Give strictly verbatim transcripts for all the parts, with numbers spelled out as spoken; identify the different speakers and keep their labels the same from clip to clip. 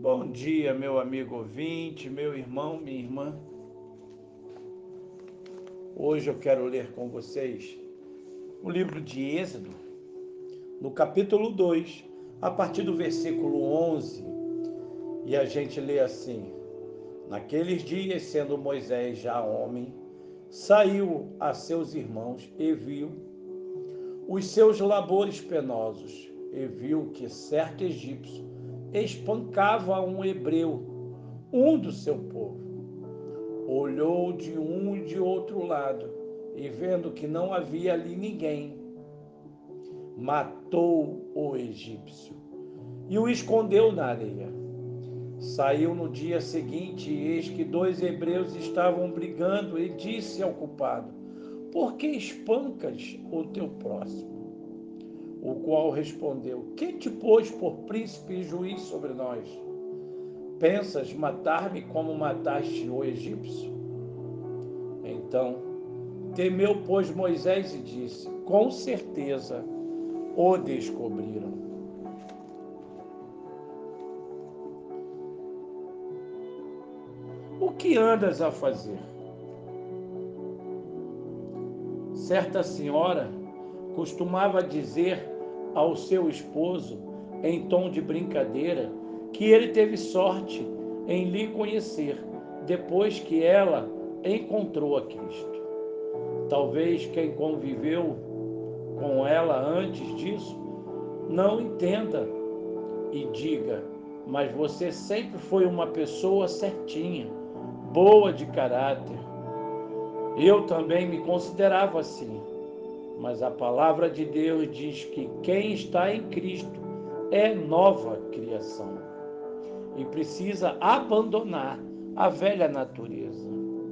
Speaker 1: Bom dia, meu amigo ouvinte, meu irmão, minha irmã. Hoje eu quero ler com vocês o livro de Êxodo, no capítulo dois, a partir do versículo onze. E a gente lê assim: Naqueles dias, sendo Moisés já homem, saiu a seus irmãos e viu os seus labores penosos, e viu que certo egípcio espancava um hebreu, um do seu povo. Olhou de um e de outro lado, e vendo que não havia ali ninguém, matou o egípcio e o escondeu na areia. Saiu no dia seguinte, e eis que dois hebreus estavam brigando, e disse ao culpado: Por que espancas o teu próximo? O qual respondeu: Quem te pôs por príncipe e juiz sobre nós? Pensas matar-me como mataste o egípcio? Então temeu, pois, Moisés e disse: Com certeza o descobriram. O que andas a fazer? Certa senhora costumava dizer ao seu esposo, em tom de brincadeira, que ele teve sorte em lhe conhecer depois que ela encontrou a Cristo. Talvez quem conviveu com ela antes disso não entenda e diga: mas você sempre foi uma pessoa certinha, boa de caráter. Eu também me considerava assim, mas a palavra de Deus diz que quem está em Cristo é nova criação e precisa abandonar a velha natureza.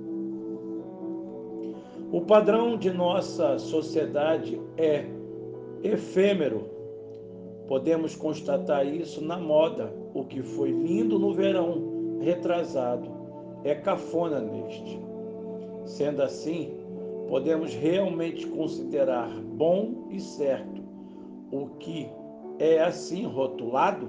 Speaker 1: O padrão de nossa sociedade é efêmero. Podemos constatar isso na moda. O que foi lindo no verão retrasado é cafona neste. Sendo assim, podemos realmente considerar bom e certo o que é assim rotulado?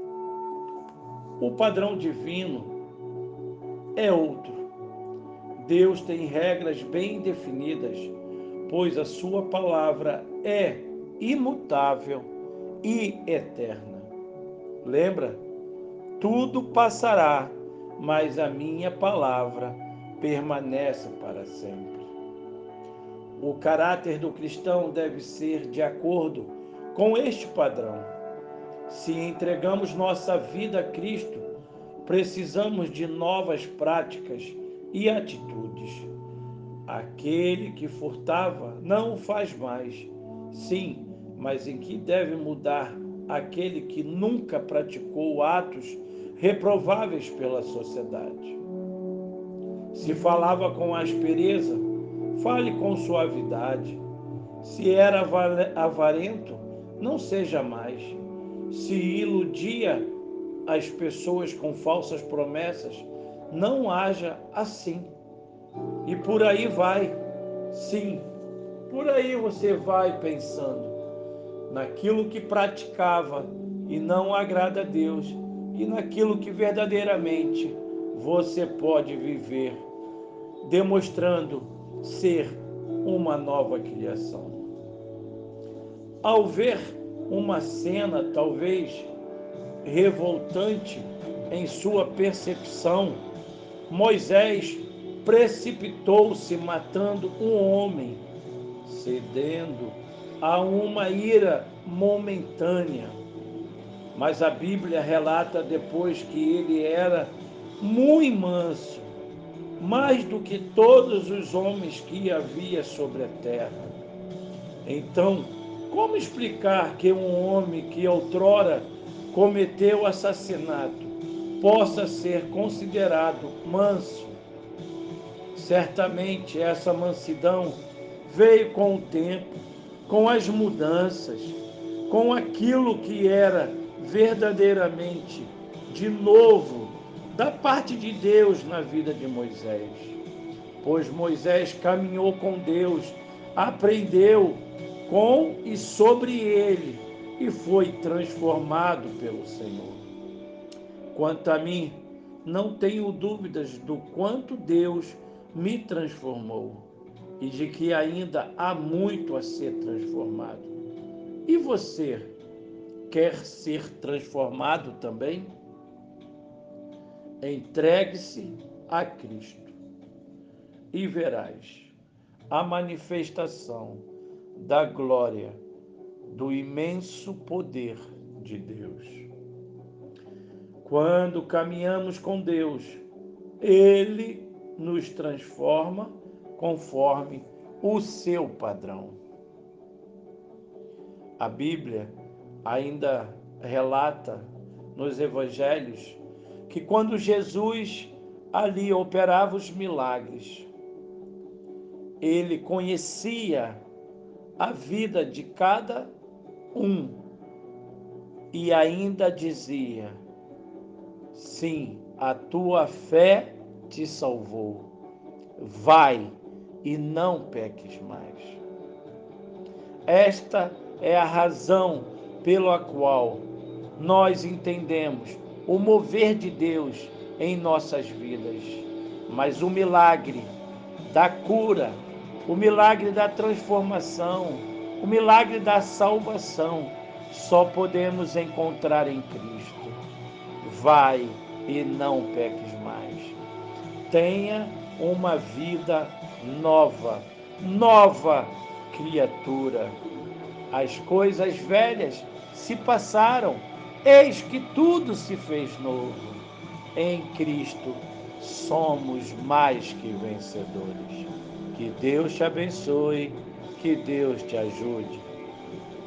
Speaker 1: O padrão divino é outro. Deus tem regras bem definidas, pois a sua palavra é imutável e eterna. Lembra? Tudo passará, mas a minha palavra permanece para sempre. O caráter do cristão deve ser de acordo com este padrão. Se entregamos nossa vida a Cristo, precisamos de novas práticas e atitudes. Aquele que furtava não o faz mais. Sim, mas em que deve mudar aquele que nunca praticou atos reprováveis pela sociedade? Se falava com aspereza, fale com suavidade. Se era avarento, não seja mais. Se iludia as pessoas com falsas promessas, não haja assim. E por aí vai. Sim, por aí você vai pensando naquilo que praticava e não agrada a Deus, e naquilo que verdadeiramente você pode viver, demonstrando ser uma nova criação. Ao ver uma cena talvez revoltante em sua percepção, Moisés precipitou-se matando um homem, cedendo a uma ira momentânea. Mas a Bíblia relata depois que ele era muito manso, mais do que todos os homens que havia sobre a terra. Então, como explicar que um homem que outrora cometeu assassinato possa ser considerado manso? Certamente essa mansidão veio com o tempo, com as mudanças, com aquilo que era verdadeiramente de novo da parte de Deus na vida de Moisés. Pois Moisés caminhou com Deus, aprendeu com e sobre ele e foi transformado pelo Senhor. Quanto a mim, não tenho dúvidas do quanto Deus me transformou e de que ainda há muito a ser transformado. E você quer ser transformado também? Entregue-se a Cristo e verás a manifestação da glória do imenso poder de Deus. Quando caminhamos com Deus, Ele nos transforma conforme o seu padrão. A Bíblia ainda relata nos evangelhos que quando Jesus ali operava os milagres, ele conhecia a vida de cada um e ainda dizia: sim, a tua fé te salvou. Vai e não peques mais. Esta é a razão pela qual nós entendemos o mover de Deus em nossas vidas. Mas o milagre da cura, o milagre da transformação, o milagre da salvação, só podemos encontrar em Cristo. Vai e não peques mais. Tenha uma vida nova, nova criatura. As coisas velhas se passaram, eis que tudo se fez novo. Em Cristo somos mais que vencedores. Que Deus te abençoe, que Deus te ajude.